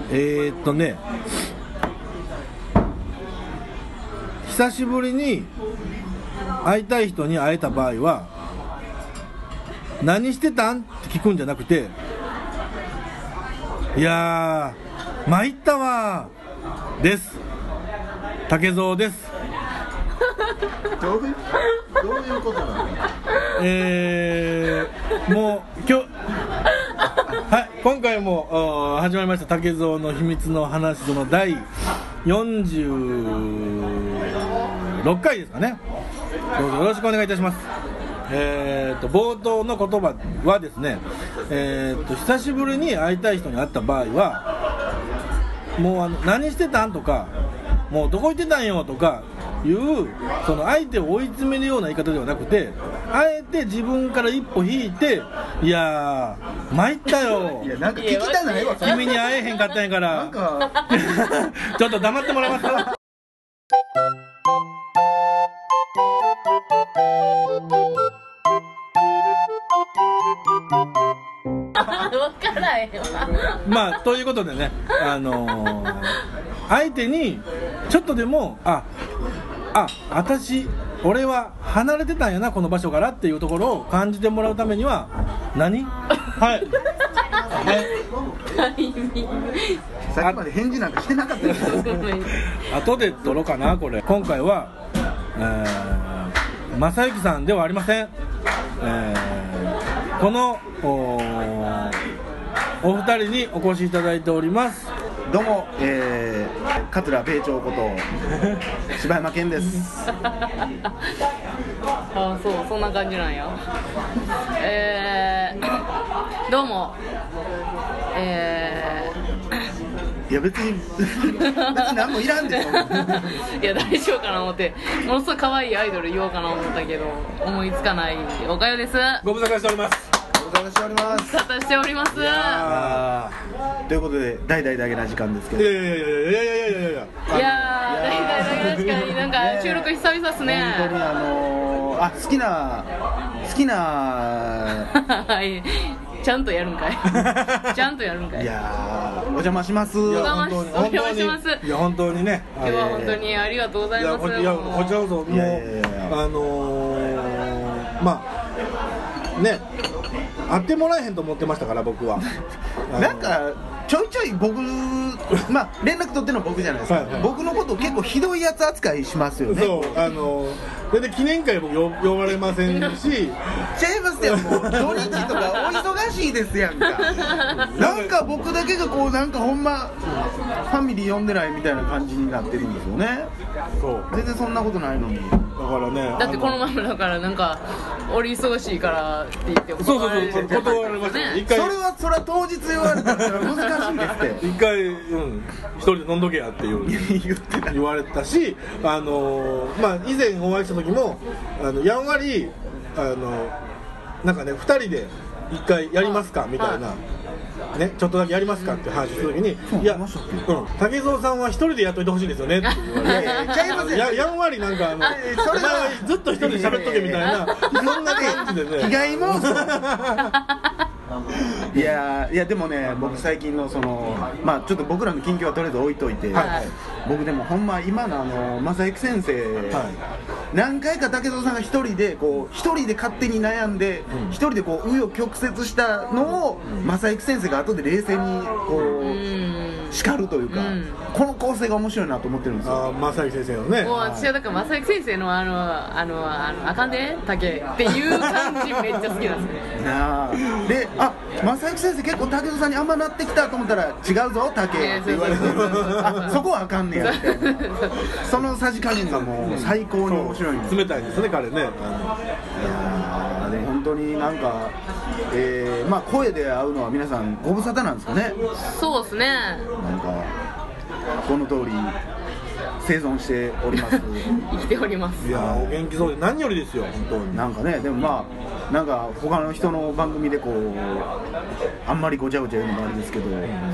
久しぶりに会いたい人に会えた場合は何してたんって聞くんじゃなくて、いやー参ったわーです。竹蔵です。 どういうことなの？ もう今日はい、今回も始まりました竹蔵の秘密の話その第46回ですかね。どうぞよろしくお願いいたします。冒頭の言葉はですね、久しぶりに会いたい人に会った場合はもう何してたんとかもうどこ行ってたんよとかいうその相手を追い詰めるような言い方ではなくて、あえて自分から一歩引いて、いやー参ったよ、 いやなんか聞きたないわ、 君に会えへんかったんやからなんかちょっと黙ってもらえますか。 分からへんわ。 まあということでね、相手にちょっとでも俺は離れてたんやなこの場所からっていうところを感じてもらうためには何はいさっきまで返事なんかしてなかったよ後で撮ろうかなこれ。今回は、正幸さんではありません。このお二人にお越しいただいております。 どうも、桂米朝こと柴山健です。 あ、そんな感じなんや。どうも。 いや別に何もいらんでしょ。 いや大丈夫かな思ってものすごい可愛いアイドル言おうかな思ったけど思いつかない。おかよです。 ご無沙汰しております。 お願いしております。 沙汰しております。 ということで大々だけな時間ですけど、 いや大々だけな時間になんか収録久々っすね。 本当に好きなはいちゃんとやるんかいちゃんとやるんかい。 いやお邪魔します。 お邪魔します。 いや本当にね、 今日は本当にありがとうございます。 いやこちらこそもうまあね会ってもらえへんと思ってましたから僕はなんかちょいちょい僕まあ連絡取ってるの僕じゃないですか、はいはい、僕のこと結構ひどいやつ扱いしますよね。 そうそれで記念会僕呼ばれませんしちゃいますよ。もう土日とかお忙しいですやんかなんか僕だけがこうなんかほんまファミリー呼んでないみたいな感じになってるんですよね。 そう全然そんなことないのに。 だからねだってこのままだからなんか俺忙しいからって言って断られましたね。 それは当日言われたら難しいですって一回、一人で飲んどけやって言われたし、まあ以前お会いした時もやんわりなんかね2人で一回やりますかみたいなね、ちょっとだけやりますかって話するときに、いや、竹蔵さんは一人でやっといてほしいですよねって言われて、やんわりなんかお前はずっと一人で喋っとけみたいなそんな感じでね。 被害妄想いやでもね僕最近のまあちょっと僕らの近況はとりあえず置いといて、はい、僕でもほんま今の正幸先生、はい、何回か竹蔵さんが一人で勝手に悩んで一人でこう紆余曲折したのを正幸先生が後で冷静にこう叱るというか、この構成が面白いなと思ってるんですよ。 正幸先生のね。 もう私はだから正幸先生のあかんで竹っていう感じめっちゃ好きなんですね。 で正幸先生結構竹蔵さんにあんまなってきたと思ったら違うぞ竹って言われてそこはあかんねやみたいなそのさじ加減がもう最高に面白いんです。 冷たいですね彼ね。 いやでも本当になんかまあ声で会うのは皆さんご無沙汰なんですかね。 そうですね。 なんかこの通り生存しております生きております。 いやお元気そうで何よりですよ本当に。 なんかねでもまあなんか他の人の番組でこうあんまりごちゃごちゃ言うのもあれですけど、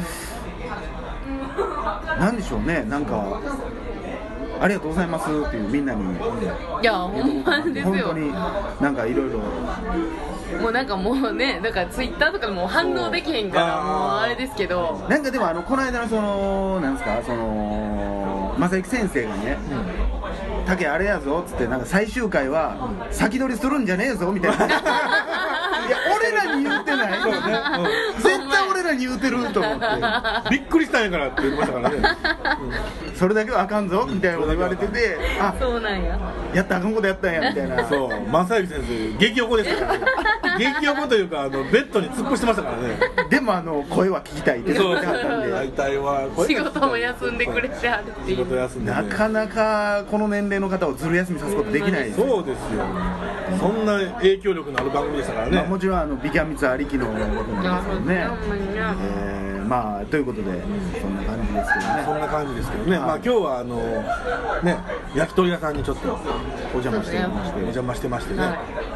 なんでしょうねなんかありがとうございますっていうみんなにいやほんまですよ。 本当になんかいろいろもうなんかもうね、だからツイッターとかでも反応できへんからもうあれですけど、 なんかでもこの間のそのなんですか、その正行先生がね、竹あれやぞっつって、なんか最終回は先取りするんじゃねえぞみたいな。いや俺らに言うてない、そうね、絶対俺らに言うてると思ってびっくりしたんやからって言ってましたからね、 それだけはあかんぞみたいなこと言われてて、あ、 そうなんや、 やったらあかんことやったんやみたいな。 そう正行先生激横でしたからね。激横というかベッドに突っ伏してましたからね。 でも声は聞きたいって言ってはったんで、 大体は仕事も休んでくれてあるっていう。 仕事休んで、ね、 なかなかこの年齢の方をずる休みさすことできないです。 そうですよ、そんな影響力のある番組でしたからね、 まあ、もちろんビキャミツありきのことなんですけどね、まあということで、そんな感じですけどね、 そんな感じですけどね、まあ今日はね、焼き鳥屋さんにちょっとお邪魔してましてね、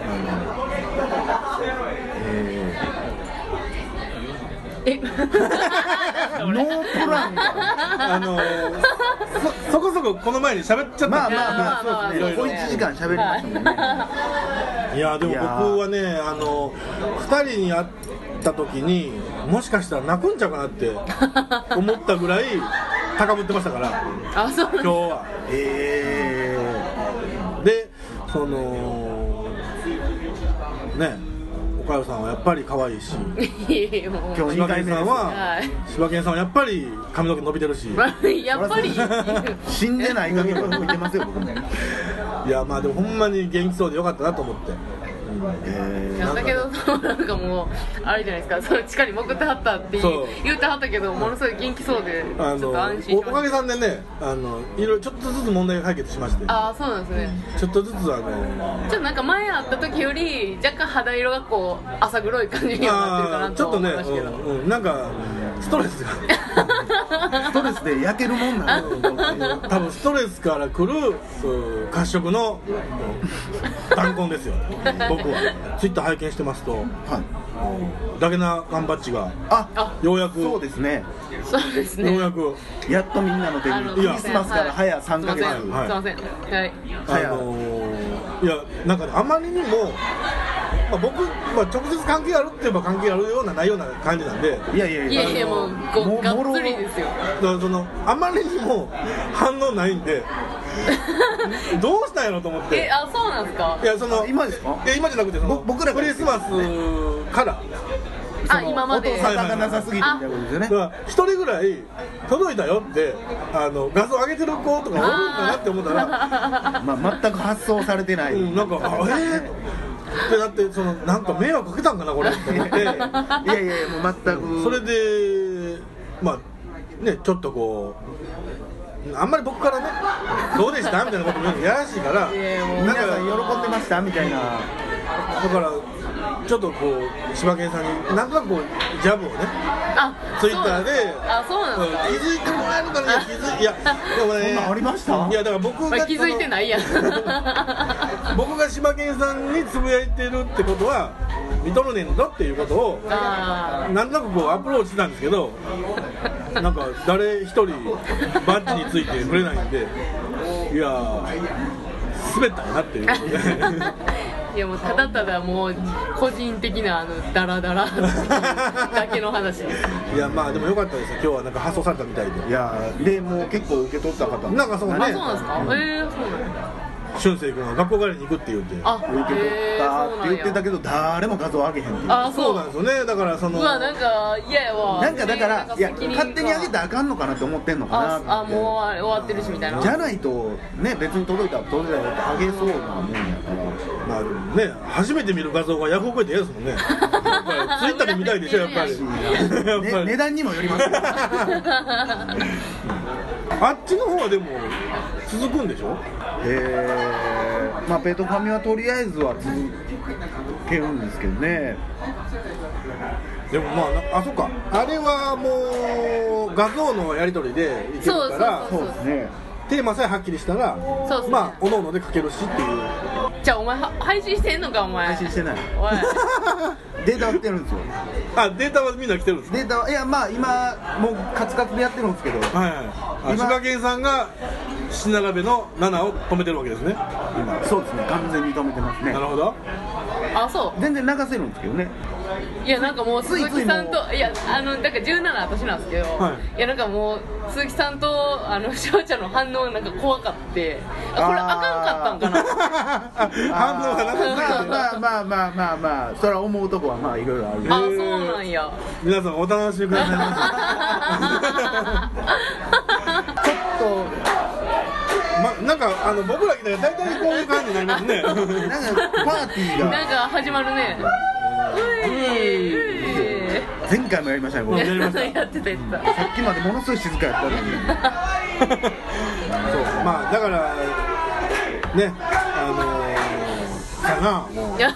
ノープランそこそここの前に喋っちゃった。 まあそうですね、小1時間喋りましたもんね。 いやでも僕はね、2人に会った時にもしかしたら泣くんちゃうかなって思ったぐらい高ぶってましたから、 あ、そう今日は。でそのね、岡代さんはやっぱり可愛いし、 今日2回目です。 柴犬さんはやっぱり髪の毛伸びてるし、 やっぱり死んでない限りは動いてますよ僕も。 いやまあでもほんまに元気そうでよかったなと思って。 だけどなんかもうあれじゃないですか、その地下に潜ってはったって言ってはったけど、ものすごい元気そうでちょっと安心しました。 おかげさんでね、いろいろちょっとずつ問題が解決しまして。 ああ、そうなんですね。 ちょっとずつちょっとなんか前会った時より若干肌色がこう浅黒い感じにはなってるかなと思いましたけど、 なんかストレスがストレスで焼けるもんなの。 多分ストレスから来る褐色の弾痕ですよ。僕はツイッター拝見してますと、ダゲナ缶バッジがようやく、 そうですね、 そうですね、 ようやくやっとみんなの手に、クリスマスから早3ヶ月、 すいません、はい、 いやなんかね、あまりにもまあ、僕、まあ、直接関係あるって言えば関係あるようなないような感じなんで、 いやもうがっつりですよ。 だからあまりにも反応ないんでどうしたんやろうと思って。 あ、そうなんですか。 いや今ですか。 今じゃなくて僕らクリスマスから今まで音沙汰がなさすぎてみたいなことですよね。 だから1人ぐらい届いたよって画像上げてる子とかおるんかなって思ったらまあ全く発送されてない、 なんかってなって、なんか迷惑かけたんかなこれって思って、いやもう全くそれでまあね、ちょっとこうあんまり僕からねどうでしたみたいなことも言うのやらしいから、 皆さん喜んでましたみたいな。 だからちょっとこう柴犬さんになんとなくこうジャブをね、ツイッターでそうなんですか。 気づいてもらえるかな。いやでもね、 そんなんありました。 いやだから僕が気づいてないやん僕が柴犬さんにつぶやいてるってことは見とるねんぞっていうことをなんとなくこうアプローチしてたんですけど、なんか誰一人バッジについてくれないんで、いや滑ったなっていうことでいやもうただただもう個人的なダラダラだけの話です。 いやまあでもよかったですよ、今日はなんか発送されたみたいで。 いやでもう結構受け取った方なんかそうね。 そうなんですか。そうなんです。 俊生君は学校帰りに行くって言って受け取ったって言ってたけど誰も画像上げへんっていう。 そうなんですよね。だからうわなんか嫌やわ。 なんかだからいや勝手に上げたらあかんのかなって思ってんのかな。 もう終わってるしみたいな。 じゃないとね、別に届いたら届いたら上げそうなもんやから。 まあね、初めて見る画像がヤフオクで嫌ですもんね。やっぱりツイッターで見たいでしょやっぱり。 値段にもよります。 あっちの方はでも続くんでしょ。 まあペットファミはとりあえずは続けるんですけどね。 でもまあそっか、あれはもう画像のやり取りでいけるから、 そうですね。 テーマさえはっきりしたら、まあおのおので書けるしっていう。 じゃあお前配信してんのかお前。 配信してない。 おいデータは来てるんですよ。 データはみんな来てるんですか。 データはいやまあ今もうカツカツでやってるんですけど。 柴犬さんが七並べの7を止めてるわけですね。 そうですね、完全に止めてますね。 なるほど。 あ、そう全然流せるんですけどね。 いやなんかもう鈴木さんとだから17私なんですけど、いやなんかもう鈴木さんと翔ちゃんの反応なんか怖かって、これあかんかったんかな反応がなかったまあそれは思うとこはまあいろいろある。 あ、そうなんや。 皆さんお楽しみくださいまちょっとなんか僕ら来たら大体こういう感じになりますね。 なんかパーティーがなんか始まるね。 前回もやりましたね、僕。 やってた。 さっきまでものすごい静かやったのに。 そう、まあだからね、かな、もう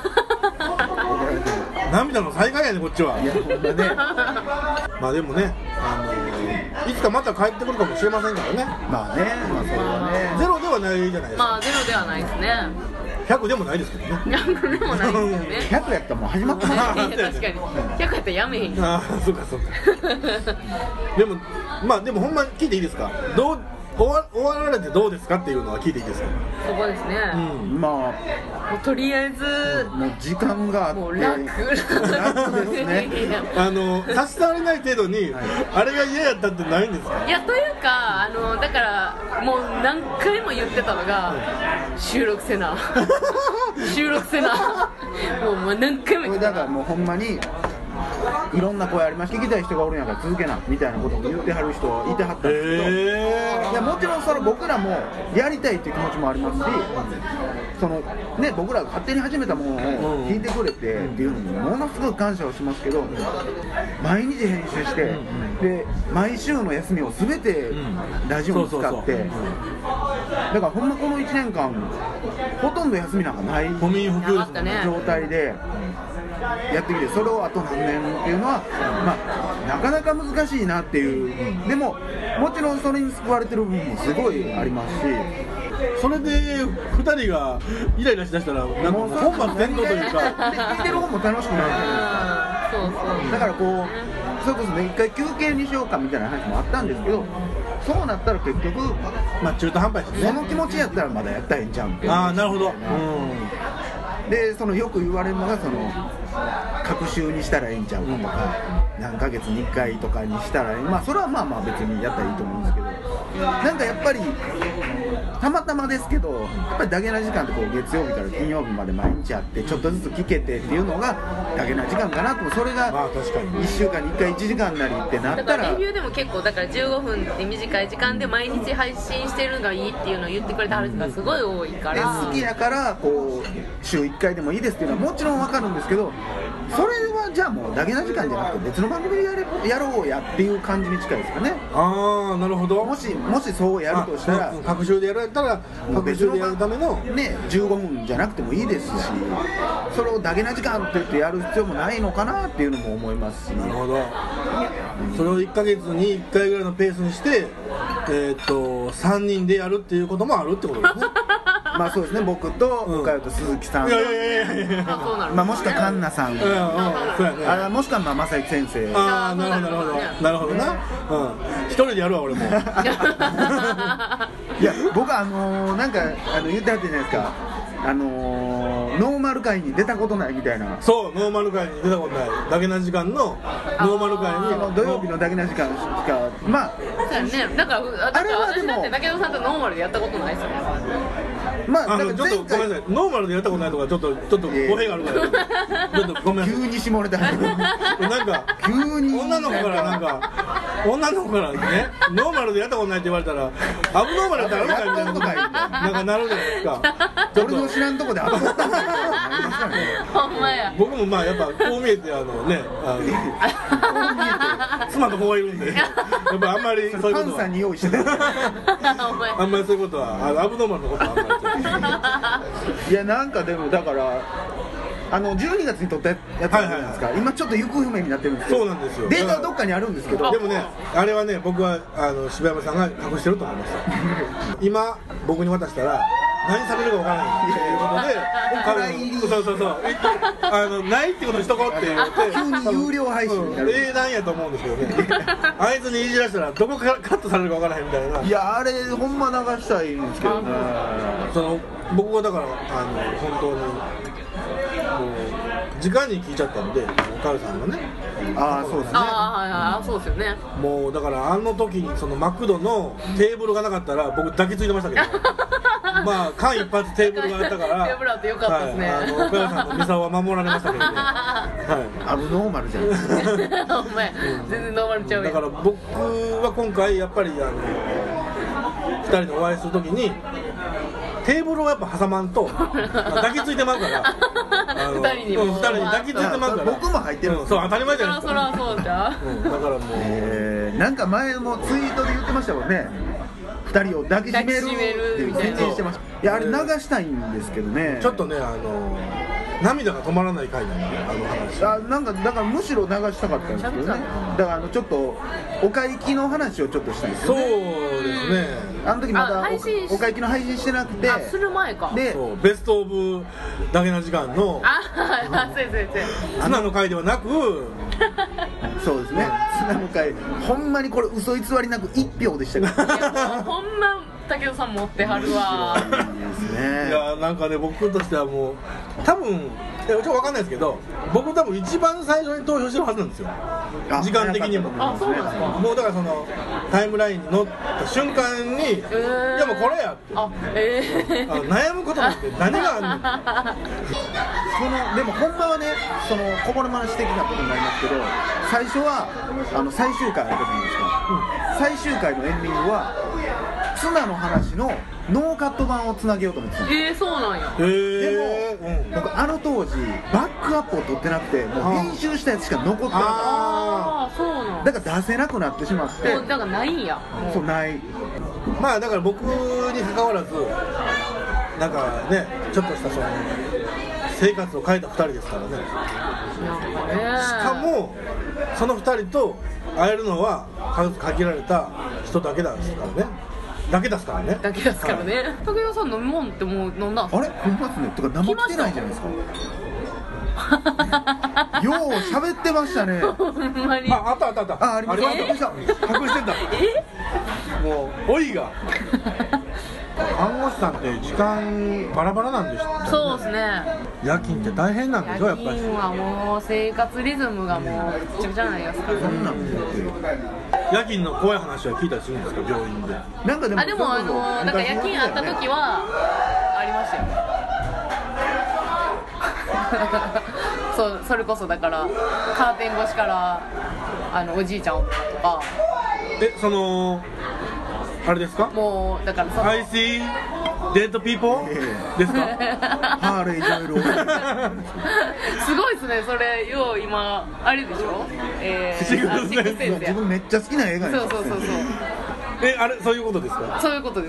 涙の再会やね、こっちは。 いや、ほんまね。 まあでもね、いつかまた帰ってくるかもしれませんからね。 まあね、まあそれはね。 ゼロではないじゃないですか。 まあゼロではないですね。 100でもないですけどね。 100でもないですよね。 100やったらもう始まってない。 確かに100やったらやめへん。 ああ、そうか。でもまあでもほんま聞いていいですか。終わられてどうですかっていうのは聞いていいですか。 そこですね。 まあもうとりあえずもう時間があってもう楽ですね。 差し障りない程度にあれが嫌やったってないんですか。 いやというかだからもう何回も言ってたのが収録せなもう何回も言ってた。 だからもうほんまにいろんな声ありました。聞きたい人がおるんやから続けなみたいなことを言ってはる人はいてはったんですけど、いやもちろんそれ僕らもやりたいっていう気持ちもありますし、そのね、僕らが勝手に始めたものを聞いてくれてっていうのにものすごく感謝をしますけど、毎日編集してで毎週の休みを全てラジオに使って、だからほんまこの1年間ほとんど休みなんかない状態でやってきて、それをあと何年っていうのは、まあ、なかなか難しいなっていう、でももちろんそれに救われてる部分もすごいありますし、 それで2人がイライラしだしたらなんか本末転倒というか聞いてる方も楽しくなるじゃないですか。だからこうそれこそね、一回休憩にしようかみたいな話もあったんですけど、そうなったら結局まあ中途半端ですね。 その気持ちやったらまだやったらええんちゃうんって。 ああ、なるほど。 でそのよく言われるのがその隔週にしたらええんちゃうかとか、何ヶ月に1回とかにしたらまあそれはまあ別にやったらいいと思うんですけど、なんかやっぱりたまたまですけど、やっぱりダゲな時間ってこう月曜日から金曜日まで毎日あってちょっとずつ聞けてっていうのがダゲな時間かなと。それが1週間に1回1時間なりってなったら、 だからレビューでも結構だから15分って短い時間で毎日配信してるのがいいっていうのを言ってくれてはる人がすごい多いから、 好きやからこう週1回でもいいですっていうのはもちろん分かるんですけど、それはじゃあもうダゲな時間じゃなくて別の番組でやろうやっていう感じに近いですかね。 ああ、なるほど。 もしそうやるとしたら隔週でやられたら隔週でやるためのね15分じゃなくてもいいですし、それをダゲな時間って言ってやる必要もないのかなっていうのも思いますし。 なるほど。それを1ヶ月に1回ぐらいのペースにして3人でやるっていうこともあるってことですね。 まあそうですね、僕と岡代と鈴木さん、 いやまあもしくはカンナさん、 そうやね。 もしくはまあ正行先生。 ああ、なるほどな。一人でやるわ俺も。いや僕なんか言ってはったじゃないですか。ノーマル会に出たことないみたいな。 そう、ノーマル会に出たことない。ダゲな時間のノーマル会に土曜日のダゲな時間しか、まあそうやね。だからあれはでも私だってだけどさんとノーマルでやったことないですよね。 まあちょっとごめんなさい、ノーマルでやったことないとかちょっと語弊があるからちょっとごめんなさい。 急に下ネタなんか急に女の子からね、ノーマルでやったことないって言われたらアブノーマルってあるかみたいなことなんかなるじゃないですか。 俺の知らんとこでアブノーマルほんまや。 僕もまあやっぱこう見えて妻と子がいるんでやっぱあんまりそういうことはパンさんに用意してたあんまりそういうことはアブノーマルのことはあんまりいやなんかでもだから12月に撮ったやつじゃないですか、今ちょっと行方不明になってるんですけど。 そうなんですよ。 データはどっかにあるんですけど、 でもね、あれはね、僕は柴山さんが隠してると思います今僕に渡したら何されるかわからないっていうことでそうないってことにしとこうって言って急に有料配信になる英断やと思うんですけどねあいつにいじらしたらどこからカットされるかわからへんみたいな。 いやあれほんま流したいんですけどね。 僕はだから本当にもう直に聞いちゃったんで、おかるさんのね。 ああそうですね。 ああそうですよね。 もうだからあの時にそのマクドのテーブルがなかったら僕抱きついてましたけど、まあ間一髪テーブルがあったからテーブルあってよかったですね。 岡山さんのミサは守られましたけどね。 アブノーマルじゃないですか。 お前全然ノーマルちゃうよ。 だから僕は今回やっぱり2人でお会いするときにテーブルをやっぱ挟まんと抱きついてまうから 2人にも抱きついてまうから僕も入ってるんですよ。 そう当たり前じゃないですか。 そらそうじゃだからもうなんか前もツイートで言ってましたもんね。2人を抱きしめるっていう宣言してました。いやあれ流したいんですけどね。 ちょっとね涙が止まらない回なんで話。 なんかだからむしろ流したかったんですけどね。だからちょっとお会計の話をちょっとしたいんですよね。 そうですね。 あの時まだお会計の配信してなくて、 する前か。 でベストオブだけな時間のツナの回ではなくそうですね。ツナの回ほんまにこれ嘘偽りなく1票でしたから。 ほんま武田さん持ってはるわ。 いやなんかね僕としてはもう多分ちょっと分かんないですけど僕多分一番最初に投票してるはずなんですよ時間的にも。 あそうなんですか。 もうだからそのタイムラインに乗った瞬間にいやもうこれやって悩むことなんて何があんのでもほんまはねそのこぼれ話的なことになりますけど最初は最終回あるじゃないですか、最終回のエンディングはツナの話のノーカット版をつなげようと思ってたんです。 そうなんや。 でも、僕あの当時バックアップを取ってなくてもう編集したやつしか残ってなかった。 そうなんだから出せなくなってしまって。 だからないんや。 そうないまあだから僕に関わらずなんかねちょっとしたその生活を変えた2人ですからね。しかもその2人と会えるのは数限られた人だけですからね。だけですからね。 だけですからね。武田さん飲み物ってもう飲んだんすか。 あれほんまっすね。とか生来てないじゃないですか。よう喋ってましたね。 ほんまに。 あったありました。 隠してた。もう老いが看護師さんって時間バラバラなんでした、ね、 そうですね。 夜勤って大変なんでしょやっぱり。 夜勤はもう生活リズムがもうめっちゃくちゃになりますから、 夜勤の怖い話は聞いたりするんですか病院で。 なんかでもなんか夜勤あった時はありましたよ。そうそれこそだからカーテン越しからおじいちゃんおったとか。 そのあれですか。 もうだからその I see dead people ですか。 ハーレーいろいろすごいですねそれ。よう今あれでしょ。 シックスセンス自分めっちゃ好きな映画や。 そうあれそういうことですか。 そういうことです。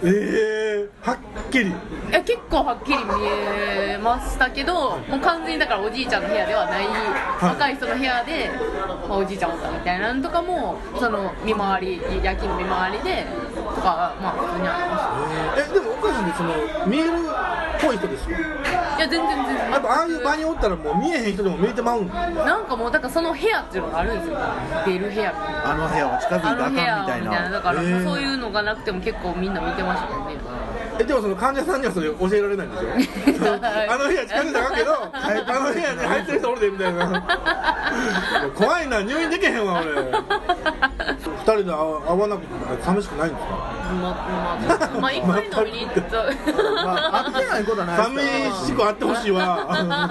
はっきり。 いや結構はっきり見えましたけど、もう完全にだからおじいちゃんの部屋ではない、若い人の部屋で、おじいちゃんおったみたいなのとかもその見回り夜勤の見回りでとか普通にありました。 でもおかしいねその見えるっぽい人ですよ。 いや全然やっぱああいう場におったらもう見えへん人でも見えてまうん。 なんかもうだからその部屋っていうのがあるんですよ。出る部屋。 あの部屋は近づいたらあかんみたいな。 だからもうそういうのがなくても結構みんな見てましたもんね。 でもその患者さんにはそれ教えられないんでしょ。あの部屋近づいたらあかんけどあの部屋に入ってる人おるでみたいな。怖いな入院できへんわ俺。2人で会わなくて寂しくないんですか。 まあ一回飲みに行った。 会ってないことはない寂しく会ってほしいわ。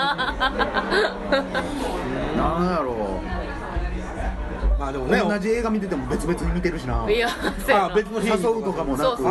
なんやろう。 まあでもね同じ映画見てても別々に見てるしな。 いや別の日に誘うとかもなく。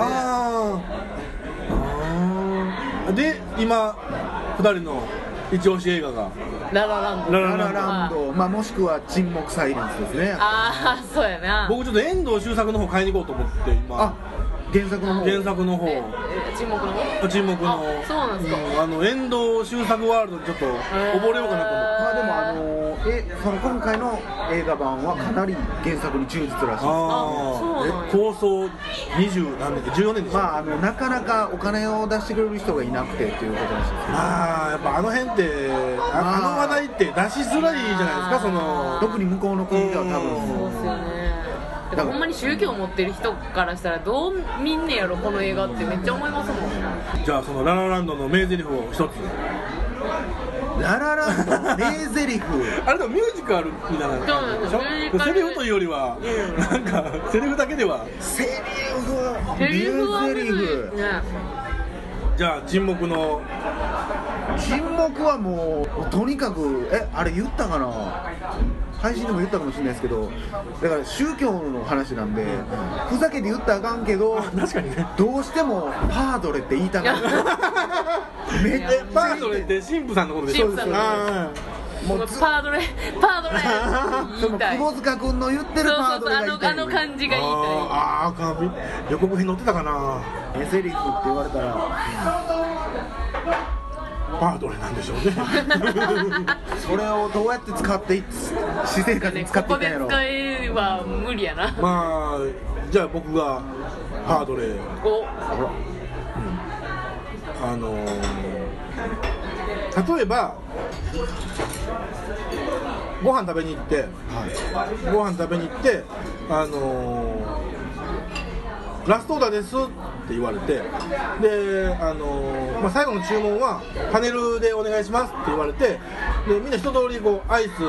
で今2人の一押し映画がララランド。 もしくは沈黙サイレンスですね。 そうやな。 僕ちょっと遠藤周作の方買いに行こうと思って今。 原作の方。 沈黙の方。 沈黙の。 そうなんですか。 遠藤周作ワールドにちょっと溺れようかなと思って。 でもその今回の映画版はかなり原作に忠実らしいです。 構想20何年で14年でしょ。 なかなかお金を出してくれる人がいなくてっていうことらしいです。 やっぱあの辺ってあの話題って出しづらいじゃないですか。その特に向こうの国では多分。 そうですよね。だからほんまに宗教を持ってる人からしたらどう見んねやろこの映画ってめっちゃ思いますもん。 じゃあそのララランドの名台詞を一つ。 ララランド名台詞あれでもミュージカルみたいな感じでしょ。セリフというよりはなんかセリフだけではセリフ名台詞じゃあ沈黙はもうとにかくあれ言ったかな、配信でも言ったかもしれないですけど、だから宗教の話なんでふざけて言ったらあかんけど、 確かにね、 どうしてもパードレって言いたかっためっちゃパードレって神父さんのことでしょ。 神父さんのもうパードレその窪塚君の言ってるパードレが言いたい、 あの感じが言いたい。 ああ予告編載ってたかな。 名台詞って言われたらパードレなんでしょうねそれをどうやって使って私生活に使っていったんやろ。 ここで使えば無理やな。 まあじゃあ僕がパードレ例えばご飯食べに行って、ラストオーダーですって言われて、で、最後の注文はパネルでお願いしますって言われて、でみんな一通りこうアイス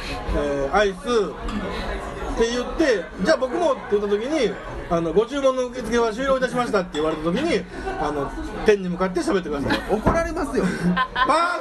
って言って、じゃあ僕もって言った時にご注文の受付は終了いたしましたって言われた時に天に向かって喋ってください。 怒られますよパー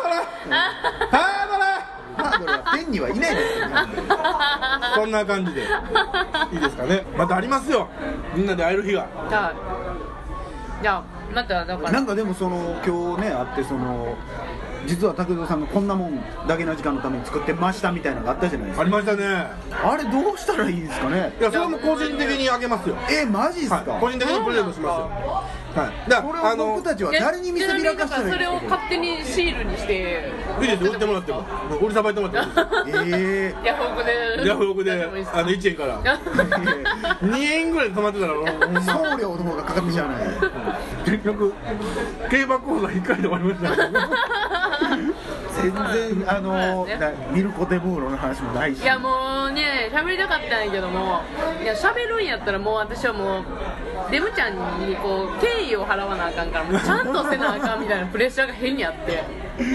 ドレは天にはいないですよそんな感じでいいですかね。またありますよ、みんなで会える日が。 じゃあまただからなんかでも今日ねあって実は武藤さんがこんなもんだけの時間のために作ってましたみたいなのがあったじゃないですか。 ありましたね。 あれどうしたらいいですかね。 いやそれも個人的にあげますよ。 マジっすか、 個人的にプレゼントしますよ。だからこれを僕たちは誰に見せびらかしたらいいんですか。 それを勝手にシールにしていいですよ、売ってもらっても売りさばいてもらってもヤフオクで 1円から2円ぐらいで止まってたら送料の方がかかってしゃあない結局競馬講座1回で終わりました全然ミルコ・デ・ムーロの話もないし。 いやもうね喋りたかったんやけども、いや喋るんやったらもう私はもうデムちゃんにこう敬意を払わなあかんから、もうちゃんとせなあかんみたいなプレッシャーが変にあって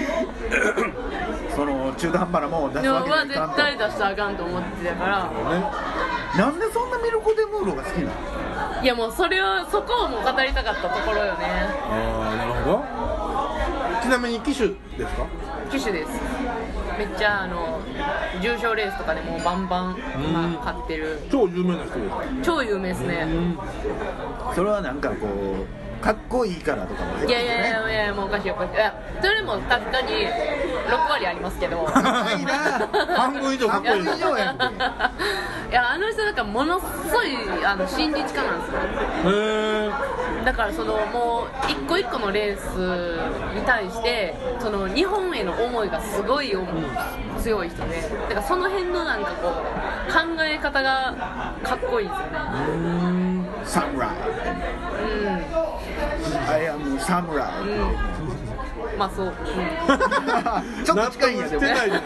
中途半端なもん出すわけにはいかんと。 絶対出したらあかんと思ってたから、 なんでそんなミルコ・デ・ムーロが好きなの。 いやもうそこをもう語りたかったところよね。 なるほど。ちなみに機種ですか。 機種です。めっちゃ重賞レースとかでもうバンバン買ってる超有名な人ですか。 超有名ですね。 それはなんかこうかっこいいからとかも入ってるんですね。 いやもうおかしいおかしい。それも確かに6割ありますけどいいな半分以上かっこいい。 半分以上やんけ。 いや人なんかものすごい親日家なんですよ。だからもう一個一個のレースに対して日本への思いがすごい強い人で、だからその辺のなんかこう考え方がかっこいいですよね。 サムライ。I am samurai。 まあそう。 ちょっと近いんやでも。近いんや。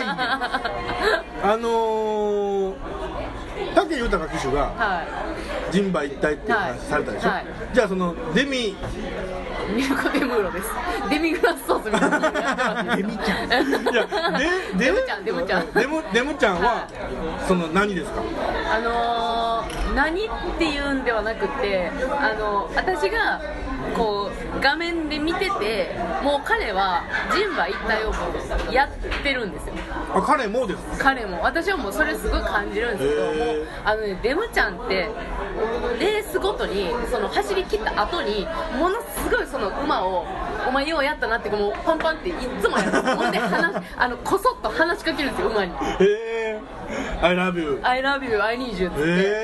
武豊騎手が人馬一体って話されたでしょ。じゃあデミルコ・デ・ムーロです。デミグラスソースみたいな。 デミちゃん。 いやデムちゃんは何ですか。 何っていうんではなくて、私がこう画面で見てて、もう彼は人馬一体をやってるんですよ。 彼もです。 彼も、私はもうそれすごい感じるんですけど、もうデムちゃんってレースごとに走り切った後にものすごい馬をお前ようやったなってもうパンパンっていつもやる。ほんでこそっと話しかけるんですよ馬に。 I love you I love you I need you って。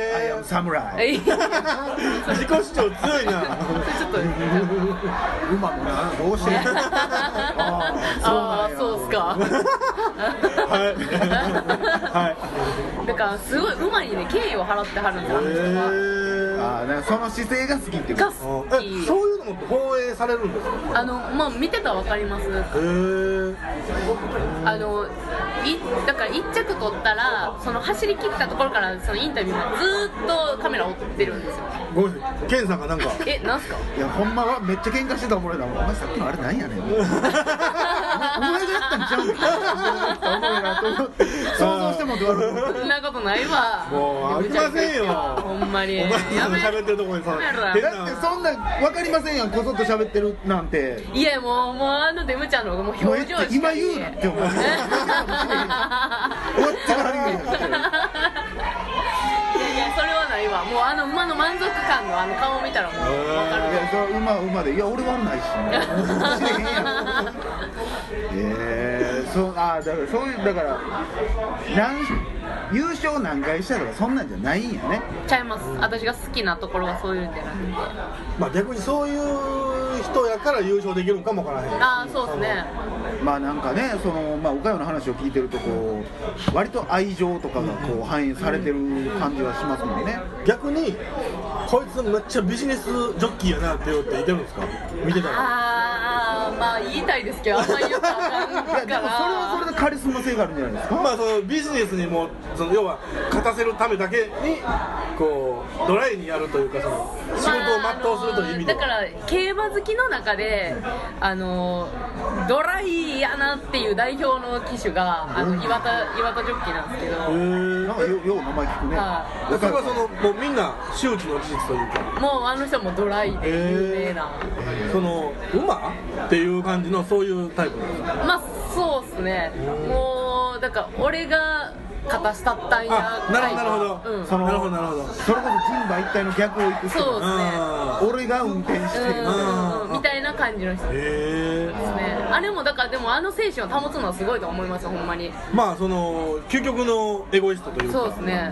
I am samurai。 自己主張強いな。 ちょっと馬もなどうしてる。 そうっすか。だからすごい馬にね敬意を払ってはるんですよ。 その姿勢が好きってこと。 そういうのも放映されるんですか。 見てたらわかります。だから1着取ったら走り切ったところからインタビューがずーっとカメラ追ってるんですよ。 ごめんなさい、ケンさんがなんかなんすか。 いやほんまはめっちゃ喧嘩してたおもろいな。お前さっきのあれなんやねん。 がやったんちゃうんかと思って想像してもどうやろう。 そんなことないわ。 もう飽きませんよほんまに。 お前さんの喋ってるところにさやめろだってそんな分かりませんやん、こそっと喋ってるなんて。 いやもうあのデムちゃんの方がもう表情しか今言うなって思う。終わってから言うなって。 いやそれはないわ。もうあの馬の満足感のあの顔を見たらもう分かる。 いや、そう馬で、いや俺悪ないし、知れへんやん。そうだからそういうだから優勝何回したとかそんなんじゃないんやね。 ちゃいます。私が好きなところがそういうんじゃなくて。 まあ逆にそういう人やから優勝できるんかもわからへん。 ああそうですね。 まあなんかね、まあ岡山の話を聞いてるとこう割と愛情とかがこう反映されてる感じはしますもんね。 逆にこいつめっちゃビジネスジョッキーやなって言っていてるんですか、見てたら。 ああまあ言いたいですけど、あんまり言ったらあかんいやから。 でもそれはそれでカリスマ性があるんじゃないですか。 まあそのビジネスにも要は勝たせるためだけにこうドライにやるというか、その仕事を全うするという意味では、 だから競馬好きの中でドライやなっていう代表の騎手が岩田ジョッキーなんですけど、 なんかよう名前聞くね。 でそれはそのもうみんな周知の事実というか、 もうあの人もドライで有名な、 その馬っていう感じのそういうタイプなんですか。 まあそうっすね。もうだから俺が肩したったんやあ、なるほど、 うん、 なるほどなるほど。 それこそ人馬一体の逆を行く人。 そうですね。 俺が運転してるみたいな感じの人ですね。あれもだからでもあの精神を保つのはすごいと思いますよ、ほんまに。 まあその究極のエゴイストというか。 そうですね。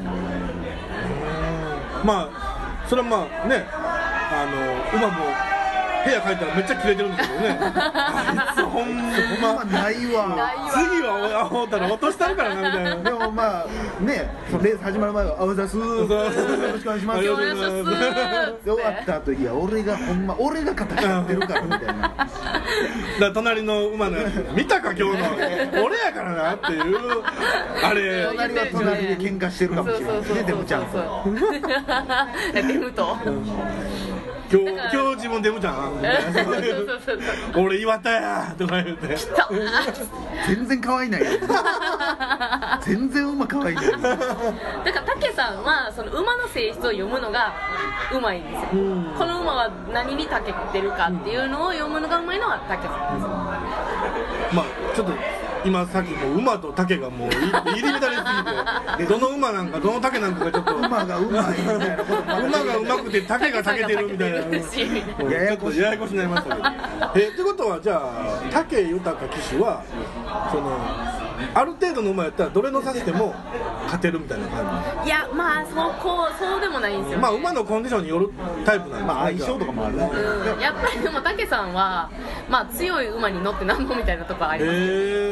まあそれはまあね、馬も部屋帰ったらめっちゃキレてるんですけどね。あいつほんまないわ。 次は思ったら落としたるからなみたいな。 でもまあね、そのレース始まる前はあおざすよろしくお願いします。 よろしくお願いしますで終わった後、いや俺がほんま俺が肩やってるからみたいな。 だから隣の馬のやつ見たか今日の俺やからなっていうあれ。 隣は隣で喧嘩してるかもしれないね、デムちゃんと。 デムと。 今日自分でむちゃん俺岩田やとか言って全然可愛いない全然馬可愛いないだから武さんはその馬の性質を読むのがうまいんですよ。この馬は何に長けてるかっていうのを読むのがうまいのは武さんです。 まあちょっと今さっきもう馬と竹がもう入り乱れすぎてどの馬なんかどの竹なんかがちょっと馬がうまいみたいなこと馬がうまくて竹が竹てるみたいなちょっとややこしになりましたけどってことはじゃあ武豊騎手はそのある程度の馬やったらどれのさせても勝てるみたいな感じ。いやまあそうでもないんですよ、ね。 まあ馬のコンディションによるタイプなんですね。 まあ相性とかもあるね。 やっぱりでも武さんはまあ強い馬に乗ってなんぼみたいなとこあります。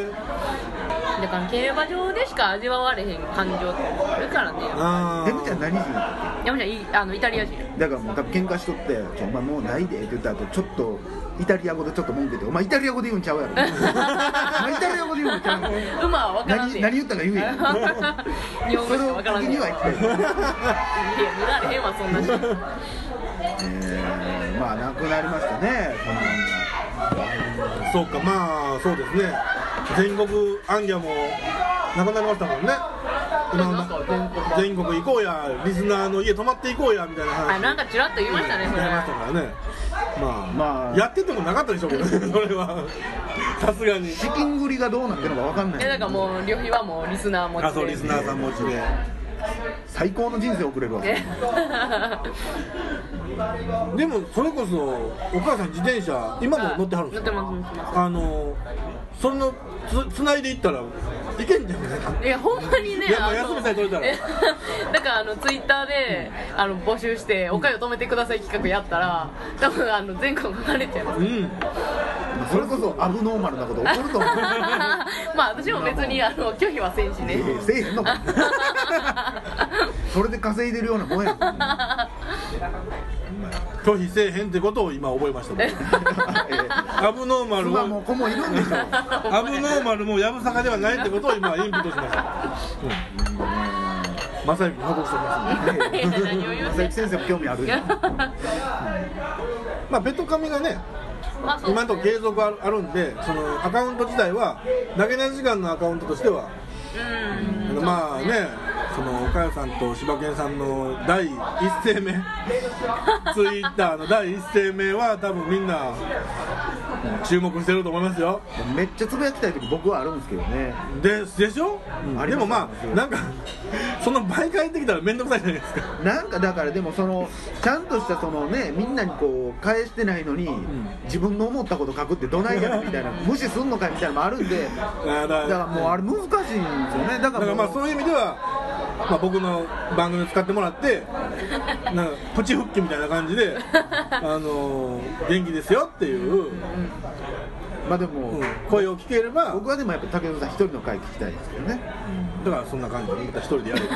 だから競馬場でしか味わわれへん感情ってあるからね。 デムちゃん何人？ デムちゃんイタリア人。 だからもう多分喧嘩しとって「お前もうないで」って言った後ちょっとイタリア語でちょっと文句言って「お前イタリア語で言うんちゃうやろ」お前イタリア語で言うんちゃうやろ馬は分からんねん。 何言ったか言えや日本語しか分からんねん。 それを聞きには言っていや塗られへんわそんな人。 まあなくなりましたねこのそうか、まあそうですね。全国アンギャもなくなりましたもんね。全国行こうや、リスナーの家泊まっていこうやみたいな話。 なんかちらっと言いましたね。それ言いましたからね。まあやっててもなかったでしょうけどね。それはさすがに資金繰りがどうなってるのか分かんない。 だからもう旅費はもうリスナー持ちで。 あ、そうリスナーさん持ちで最高の人生を送れるわけ。 でもそれこそお母さん自転車今も乗ってはるんですか？ 乗ってます。 そのつないでいったらいけんじゃないですか。 いやほんまにね。 いや休みさえ取れたら。 だからツイッターで募集しておかゆ止めてください企画やったら多分全国流れちゃいます。 それこそアブノーマルなこと起こると思う。 まあ私も別に拒否はせんしね。 せえへんのか。それで稼いでるようなもんや。 拒否せえへんってことを今覚えました。アブノーマルはもう子もいるんでしょ。 アブノーマルもやぶさかではないってことを今インプットしました。まさゆきに報告しておきますんで。 まさゆき先生も興味ある。 まあベトカミがねまあそうですね、 今のところ継続あるんで、そのアカウント自体はだけな時間のアカウントとしては、まあね、その岡谷さんと柴犬さんの第一声目ツイッターの第一声目は多分みんな注目してると思いますよ。 めっちゃつぶやきたい時僕はあるんですけどね。 でしょ、でもまあなんかその媒介できたら面倒くさいじゃないですか。 なんかだからでもそのちゃんとしたそのね、みんなにこう返してないのに、自分の思ったこと書くってどないやねんみたいな無視すんのかみたいなのもあるんで、だからもうあれ難しいんですよね。だからまあそういう意味では、まあ、僕の番組を使ってもらってなんかプチ復帰みたいな感じで元気ですよっていう、 まあでも、 声を聞ければ、 僕はでもやっぱ武田さん一人の回聞きたいですけどね。 だからそんな感じでまた一人でやる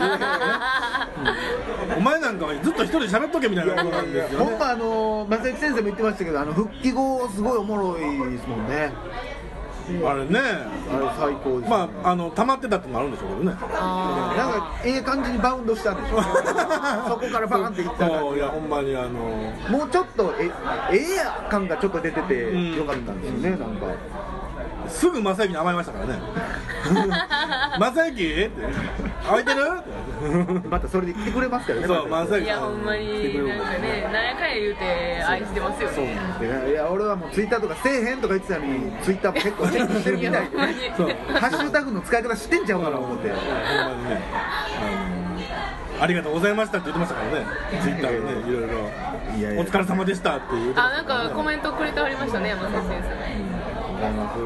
お前なんかはずっと一人で喋っとけみたいなことなんですよね。 ほんま正行先生も言ってましたけど、復帰後すごいおもろいですもんね。 あれね、 あれ最高です、ね。 まあ溜まってたってのもあるんでしょうけどね。 なんか感じにバウンドしたんでしょそこからバーンっていったら、 いやほんまにもうちょっとや感がちょっと出ててよかったんですよね。なんかすぐ正行に甘えましたからね正行って空いてるまたそれで来てくれますからね。 そう正行、 いやほんまになんかね、なんやかんや言うて愛してますよね。 いや俺はもうツイッターとかせえへんとか言ってたのに、ツイッターも結構チェックしてるみたいでねハッシュタグの使い方知ってんちゃうかな思って、 ほんまにねありがとうございましたって言ってましたからね、ツイッターでね、いろいろお疲れ様でしたっていう、 なんかコメントくれてはりましたね、山崎先生。 ありがとうございます。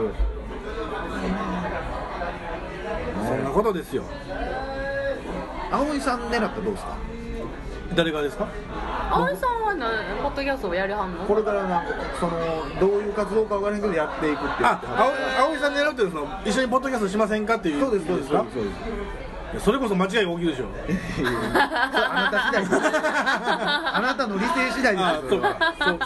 そんなことですよ。 葵さん狙ったらどうですか？ 誰がですか？ 葵さんはポッドキャストをやりはんの？ これからなんかどういう活動かわからへんけどやっていくっていう。 葵さん狙うっていうのは一緒にポッドキャストしませんかっていう。 そうですそうですそうです。 それこそ間違いが大きいでしょ。 あなた次第です。あなたの理性次第です。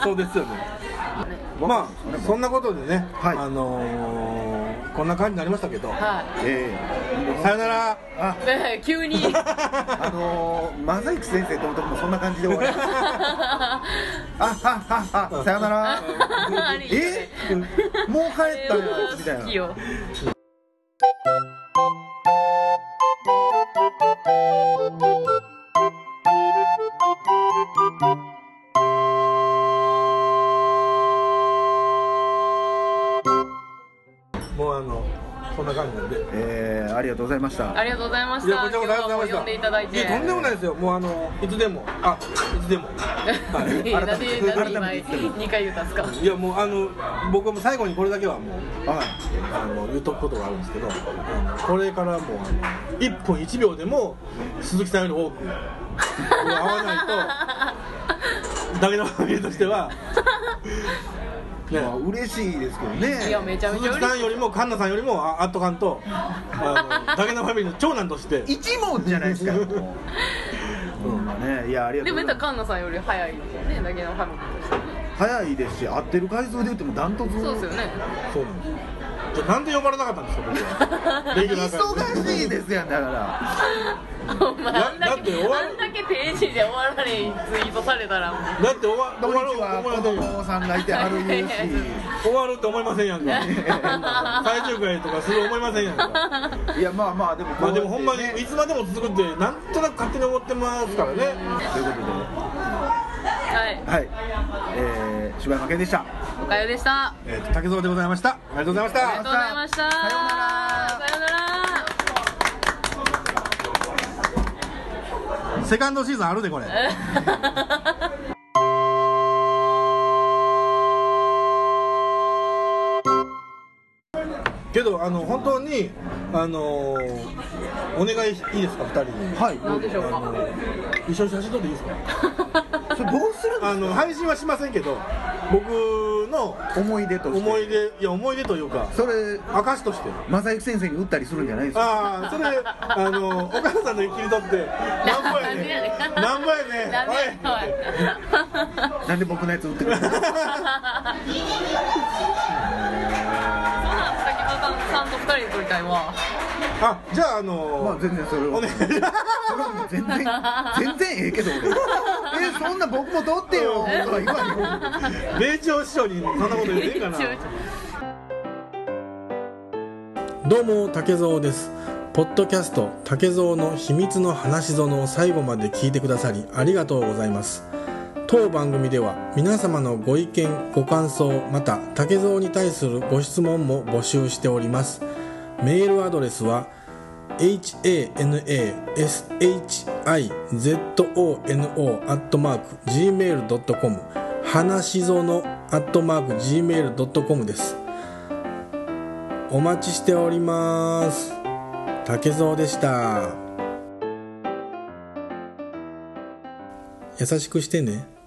そうですよね。まあそんなことでね、こんな感じになりましたけど、さよなら。 急に正行先生とのとこもそんな感じで終わりさよならもう帰ったよみたいな。好きよ。 もうそんな感じなんで、 ありがとうございました。 ありがとうございました。 いやこちらこそありがとうございました。 呼んでいただいて。 とんでもないですよ。もういつでもいつでも。 なんで今2回言ったんですか？ いやもう僕はもう最後にこれだけはもう言っとくことがあるんですけど、これからもう1分1秒でも鈴木さんより多く会わないとだけのファミリーとしては。 ね、嬉しいですけどね。 いやめちゃめちゃ嬉しい。 鈴木さんよりも環奈さんよりもあっとかんとだけのファミリーの長男として一問じゃないですか。いやありがとうございます。 でも環奈さんより早いですよね、だけのファミリーとして。 早いですし、会ってる回数で言ってもダントツ。 そうですよね。 そうなんです。じゃなんで呼ばれなかったんですか僕は。 忙しいですやんだから。 お前あんだけ定時で終わられんツイートされたらだって終わる土日は子供さんがいてある言うし終わるって思いませんやんか最終回とかする思いませんやんかいやまあでもほんまにいつまでも続くってなんとなく勝手に思ってますからね。ということではい柴山健でした。 おかよでした。 竹蔵でございました。ありがとうございました。 ありがとうございました。さようなら。さようなら。 セカンドシーズンあるでこれけど本当にお願いいいですか2人に。 はい。 何でしょうか。 一緒に写真撮っていいですか。 それどうするんですか。 配信はしませんけど僕の思い出として思い出というかそれ証として正行先生に打ったりするんじゃないですか。 それお母さんの切り取ってなんぼやねなんぼやねなんで僕のやつ打ってくれるの。 さんと2人で撮りたいわ。 じゃあまあ全然それをお願いします。 全然ええけど俺そんな僕も撮ってよとか言わん米朝師匠にそんなこと言っていいかな。どうも竹蔵です。ポッドキャスト竹蔵の秘密の話園を最後まで聞いてくださりありがとうございます。当番組では皆様のご意見ご感想また竹蔵に対するご質問も募集しております。メールアドレスはhanashizono@gmail.com 話し園@gmail.com です。お待ちしております。竹蔵でした。優しくしてね。